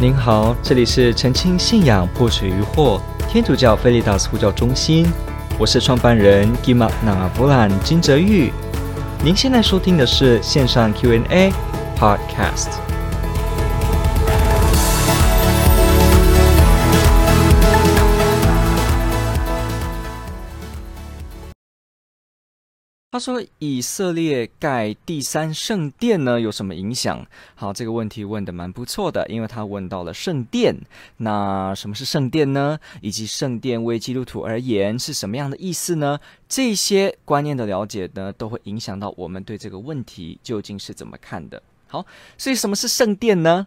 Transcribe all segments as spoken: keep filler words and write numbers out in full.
您好，这里是澄清信仰破除疑惑天主教菲利达斯呼叫中心，我是创办人 Gima Navalan 金哲玉。您现在收听的是线上 Q and A Podcast。他说以色列盖第三圣殿呢有什么影响？好，这个问题问得蛮不错的，因为他问到了圣殿。那什么是圣殿呢？以及圣殿为基督徒而言是什么样的意思呢？这些观念的了解呢，都会影响到我们对这个问题究竟是怎么看的。好，所以什么是圣殿呢？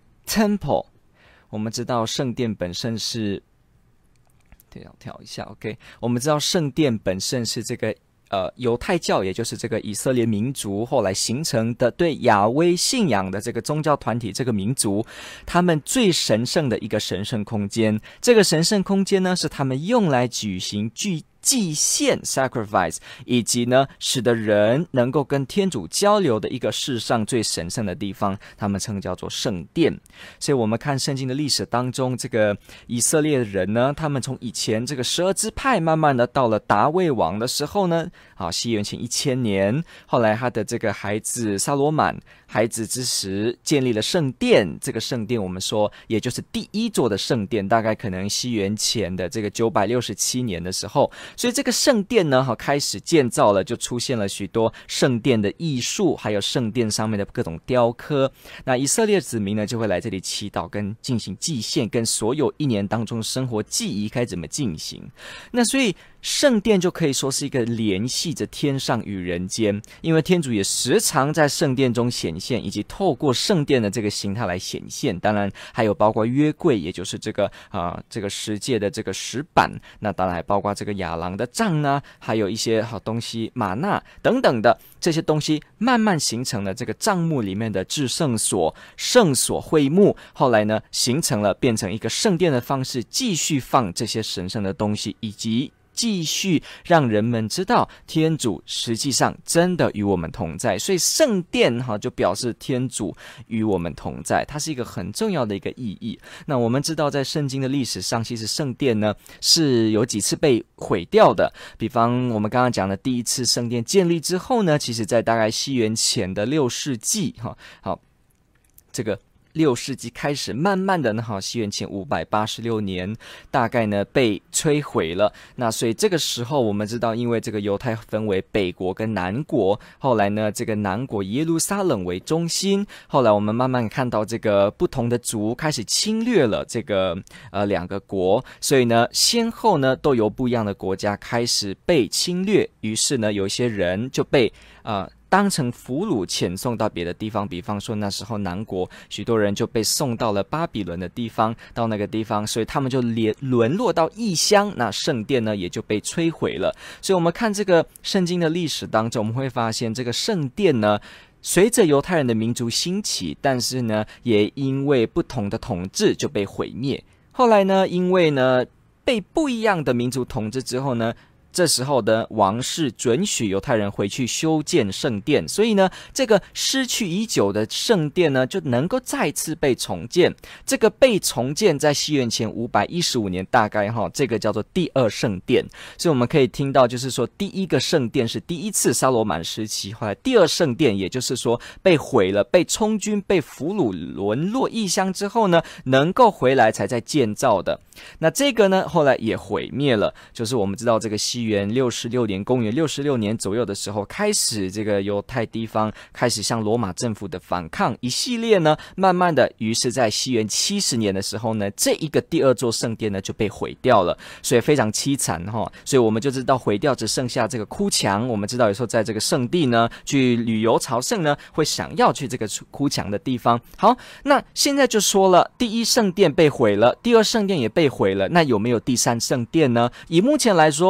Temple， 我们知道圣殿本身是，跳跳一下 ，OK， 我们知道圣殿本身是这个。呃，犹太教也就是这个以色列民族后来形成的对亚威信仰的这个宗教团体，这个民族他们最神圣的一个神圣空间。这个神圣空间呢，是他们用来举行祭祭献 sacrifice， 以及呢使得人能够跟天主交流的一个世上最神圣的地方，他们称叫做圣殿。所以我们看圣经的历史当中，这个以色列人呢，他们从以前这个十二支派慢慢的到了大卫王的时候呢，好，西元前一千年，后来他的这个孩子撒罗满孩子之时建立了圣殿。这个圣殿我们说也就是第一座的圣殿，大概可能西元前的这个九百六十七年的时候，所以这个圣殿呢开始建造了，就出现了许多圣殿的艺术，还有圣殿上面的各种雕刻。那以色列子民呢就会来这里祈祷跟进行祭献，跟所有一年当中生活祭仪该怎么进行。那所以圣殿就可以说是一个联系着天上与人间，因为天主也时常在圣殿中显现，以及透过圣殿的这个形态来显现。当然还有包括约柜，也就是这个啊、呃、这个十诫的这个石板，那当然还包括这个亚郎的杖呢，还有一些好东西玛纳等等的这些东西，慢慢形成了这个帐幕里面的至圣所、圣所会幕，后来呢形成了变成一个圣殿的方式，继续放这些神圣的东西，以及继续让人们知道天主实际上真的与我们同在。所以圣殿哈就表示天主与我们同在，它是一个很重要的一个意义。那我们知道在圣经的历史上，其实圣殿呢是有几次被毁掉的。比方我们刚刚讲的第一次圣殿建立之后呢，其实在大概西元前的六世纪哈，好，这个六世纪开始，慢慢的呢，哈，西元前五百八十六年，大概呢被摧毁了。那所以这个时候，我们知道，因为这个犹太分为北国跟南国，后来呢，这个南国耶路撒冷为中心，后来我们慢慢看到这个不同的族开始侵略了这个呃两个国，所以呢，先后呢都由不一样的国家开始被侵略，于是呢，有一些人就被呃。当成俘虏遣送到别的地方，比方说那时候南国许多人就被送到了巴比伦的地方，到那个地方，所以他们就连沦落到异乡，那圣殿呢也就被摧毁了。所以我们看这个圣经的历史当中，我们会发现这个圣殿呢随着犹太人的民族兴起，但是呢也因为不同的统治就被毁灭。后来呢因为呢被不一样的民族统治之后呢，这时候的王室准许犹太人回去修建圣殿，所以呢，这个失去已久的圣殿呢，就能够再次被重建。这个被重建在西元前五百一十五年，大概哈，这个叫做第二圣殿。所以我们可以听到，就是说，第一个圣殿是第一次撒罗满时期，后来第二圣殿，也就是说被毁了、被充军、被俘虏、沦落异乡之后呢，能够回来才在建造的。那这个呢，后来也毁灭了，就是我们知道这个西元六十六年，公元六十六年左右的时候，开始这个犹太地方开始向罗马政府的反抗，一系列呢，慢慢的，于是在西元七十年的时候呢，这一个第二座圣殿呢就被毁掉了，所以非常凄惨哈、哦。所以我们就知道毁掉只剩下这个哭墙。我们知道有时候在这个圣地呢，去旅游朝圣呢，会想要去这个哭墙的地方。好，那现在就说了，第一圣殿被毁了，第二圣殿也被毁了，那有没有第三圣殿呢？以目前来说，我们知道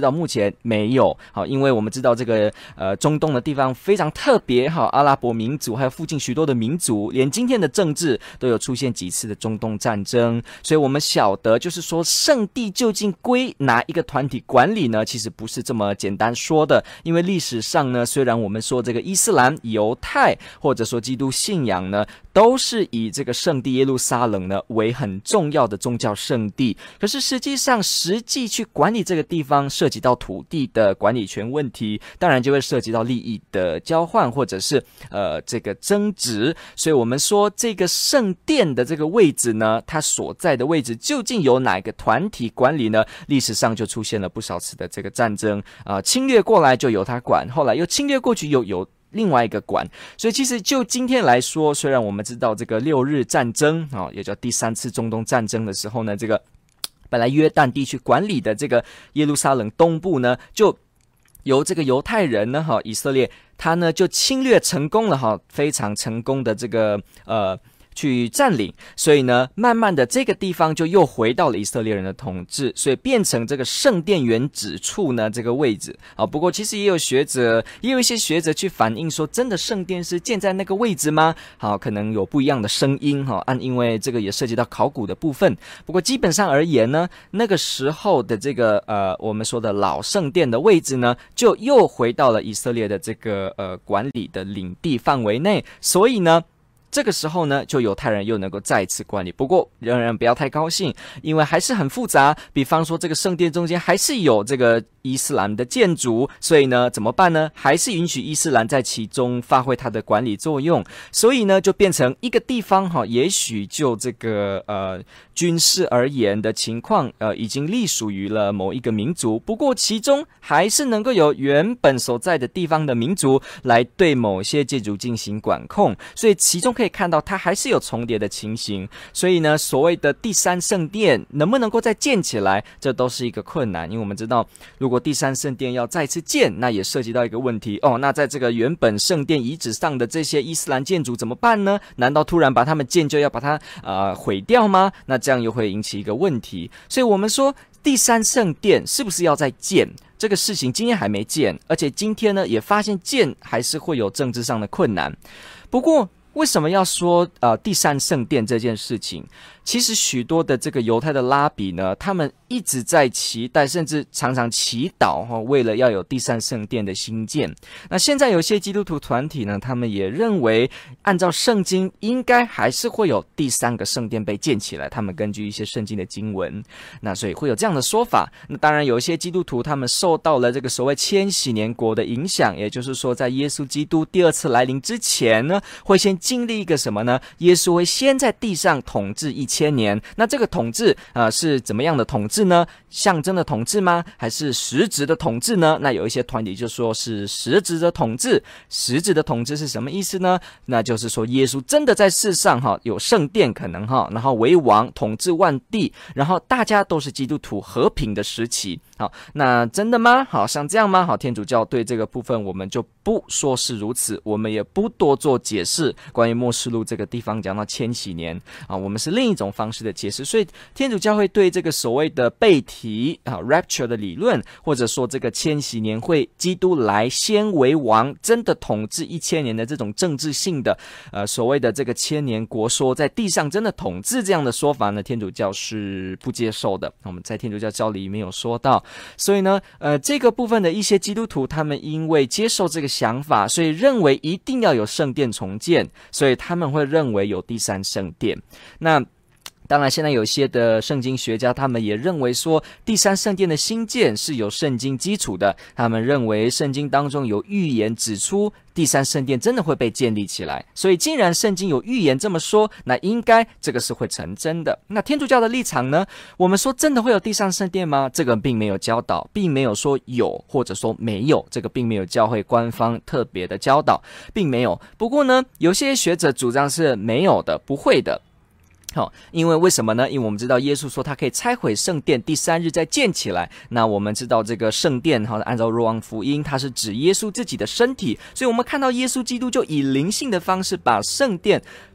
道目前没有。好，因为我们知道这个呃中东的地方非常特别，哈，阿拉伯民族还有附近许多的民族，连今天的政治都有出现几次的中东战争，所以我们晓得就是说圣地究竟归哪一个团体管理呢？其实不是这么简单说的，因为历史上呢，虽然我们说这个伊斯兰、犹太或者说基督信仰呢，都是以这个圣地耶路撒冷呢为很重要的宗教圣地，可是实际上实际去管理这个地方，涉及到土地的管理权问题，当然就会涉及到利益的交换或者是呃这个争执，所以我们说这个圣殿的这个位置呢，它所在的位置究竟由哪个团体管理呢？历史上就出现了不少次的这个战争啊、呃，侵略过来就由他管，后来又侵略过去又由另外一个管，所以其实就今天来说，虽然我们知道这个六日战争啊、哦，也叫第三次中东战争的时候呢，这个本来约旦地区管理的这个耶路撒冷东部呢，就由这个犹太人呢，哈，以色列他呢就侵略成功了，哈，非常成功的这个呃。去占领，所以呢，慢慢的这个地方就又回到了以色列人的统治，所以变成这个圣殿原址处呢这个位置啊。不过其实也有学者，也有一些学者去反映说，真的圣殿是建在那个位置吗？好，可能有不一样的声音哈。按因为这个也涉及到考古的部分。不过基本上而言呢，那个时候的这个呃我们说的老圣殿的位置呢，就又回到了以色列的这个呃管理的领地范围内，所以呢。这个时候呢，就犹太人又能够再一次管理。不过仍然不要太高兴，因为还是很复杂。比方说，这个圣殿中间还是有这个伊斯兰的建筑，所以呢，怎么办呢？还是允许伊斯兰在其中发挥它的管理作用。所以呢，就变成一个地方哈，也许就这个呃军事而言的情况，呃，已经隶属于了某一个民族。不过其中还是能够有原本所在的地方的民族来对某些建筑进行管控，所以其中可以。可以看到它还是有重叠的情形，所以呢，所谓的第三圣殿能不能够再建起来，这都是一个困难。因为我们知道，如果第三圣殿要再次建，那也涉及到一个问题哦。那在这个原本圣殿遗址上的这些伊斯兰建筑怎么办呢？难道突然把它们建就要把它呃毁掉吗？那这样又会引起一个问题。所以我们说，第三圣殿是不是要再建？这个事情今天还没建，而且今天呢也发现建还是会有政治上的困难。不过，为什么要说呃第三圣殿这件事情？其实许多的这个犹太的拉比呢，他们一直在期待，甚至常常祈祷哈，为了要有第三圣殿的兴建。那现在有些基督徒团体呢，他们也认为，按照圣经，应该还是会有第三个圣殿被建起来。他们根据一些圣经的经文，那所以会有这样的说法。那当然，有一些基督徒他们受到了这个所谓千禧年国的影响，也就是说，在耶稣基督第二次来临之前呢，会先经历一个什么呢？耶稣会先在地上统治一千年。那这个统治呃是怎么样的统治呢？象征的统治吗？还是实质的统治呢？那有一些团体就说是实质的统治。实质的统治是什么意思呢？那就是说耶稣真的在世上哈有圣殿可能哈，然后为王统治万地，然后大家都是基督徒和平的时期。好，那真的吗？好像这样吗？好，天主教对这个部分我们就不说是如此，我们也不多做解释。关于默示录这个地方讲到千禧年啊，我们是另一种方式的解释。所以天主教会对这个所谓的被提啊 rapture 的理论，或者说这个千禧年会基督来先为王，真的统治一千年的这种政治性的呃所谓的这个千年国说，在地上真的统治这样的说法呢，天主教是不接受的。我们在天主教教理里面有说到。所以呢，呃，这个部分的一些基督徒，他们因为接受这个想法，所以认为一定要有圣殿重建，所以他们会认为有第三圣殿。那当然，现在有些的圣经学家，他们也认为说，第三圣殿的兴建是有圣经基础的。他们认为圣经当中有预言指出，第三圣殿真的会被建立起来。所以，既然圣经有预言这么说，那应该这个是会成真的。那天主教的立场呢？我们说真的会有第三圣殿吗？这个并没有教导，并没有说有或者说没有，这个并没有教会官方特别的教导，并没有。不过呢，有些学者主张是没有的，不会的。好，因为为什么呢？因为我们知道耶稣说他可以拆毁圣殿，第三日再建起来。那我们知道这个圣殿，哈，按照若望福音，它是指耶稣自己的身体，所以我们看到耶稣基督就以灵性的方式把圣殿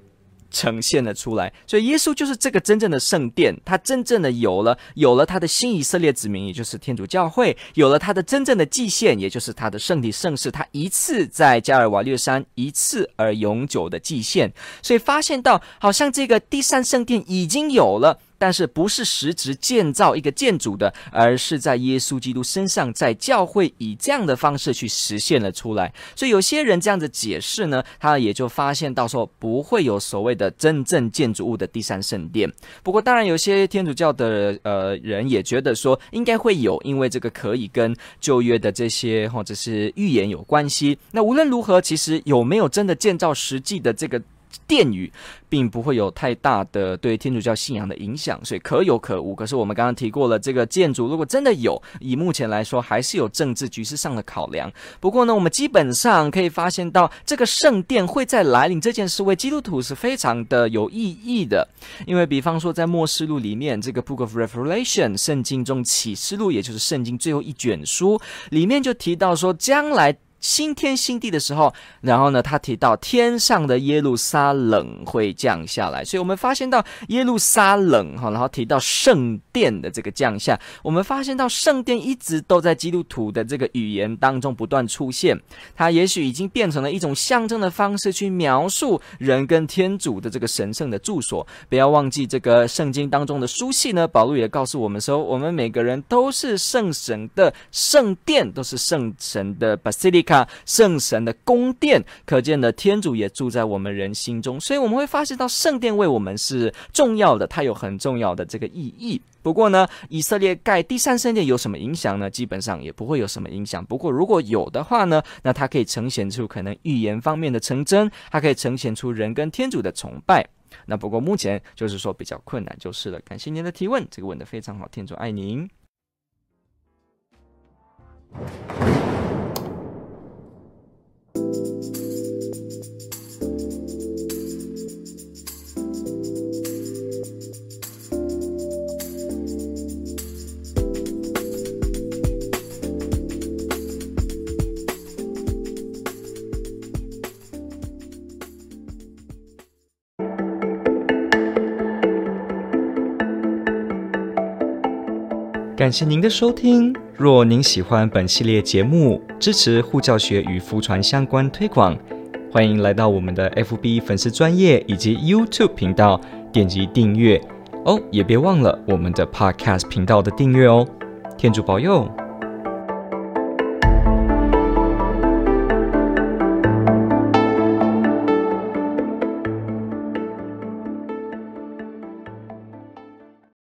呈现了出来。所以耶稣就是这个真正的圣殿，他真正的有了有了他的新以色列子民，也就是天主教会，有了他的真正的祭献，也就是他的圣体圣事，他一次在加尔瓦略山一次而永久的祭献。所以发现到好像这个第三圣殿已经有了，但是不是实质建造一个建筑的，而是在耶稣基督身上，在教会以这样的方式去实现了出来。所以有些人这样子解释呢，他也就发现到说不会有所谓的真正建筑物的第三圣殿。不过当然有些天主教的呃人也觉得说应该会有，因为这个可以跟旧约的这些或者是预言有关系。那无论如何，其实有没有真的建造实际的这个殿宇并不会有太大的对天主教信仰的影响，所以可有可无。可是我们刚刚提过了，这个建筑如果真的有，以目前来说还是有政治局势上的考量。不过呢，我们基本上可以发现到这个圣殿会在来临这件事为基督徒是非常的有意义的。因为比方说在默示录里面，这个 Book of Revelation 圣经中启示录，也就是圣经最后一卷书里面就提到说，将来新天新地的时候，然后呢他提到天上的耶路撒冷会降下来。所以我们发现到耶路撒冷，然后提到圣殿的这个降下，我们发现到圣殿一直都在基督徒的这个语言当中不断出现，它也许已经变成了一种象征的方式去描述人跟天主的这个神圣的住所。不要忘记这个圣经当中的书信呢，保禄也告诉我们说，我们每个人都是圣神的圣殿，都是圣神的 basilica，圣神的宫殿，可见的天主也住在我们人心中。所以我们会发现到圣殿为我们是重要的，它有很重要的这个意义。不过呢，以色列盖第三圣殿有什么影响呢？基本上也不会有什么影响。不过如果有的话呢，那它可以呈现出可能预言方面的成真，它可以呈现出人跟天主的崇拜。那不过目前就是说比较困难就是了。感谢您的提问，这个问得非常好，天主爱您。感谢您的收听。若您喜欢本系列节目，支持护教学与福传相关推广，欢迎来到我们的 F B 粉丝专页以及 YouTube 频道，点击订阅哦，也别忘了我们的 Podcast 频道的订阅哦。天主保佑。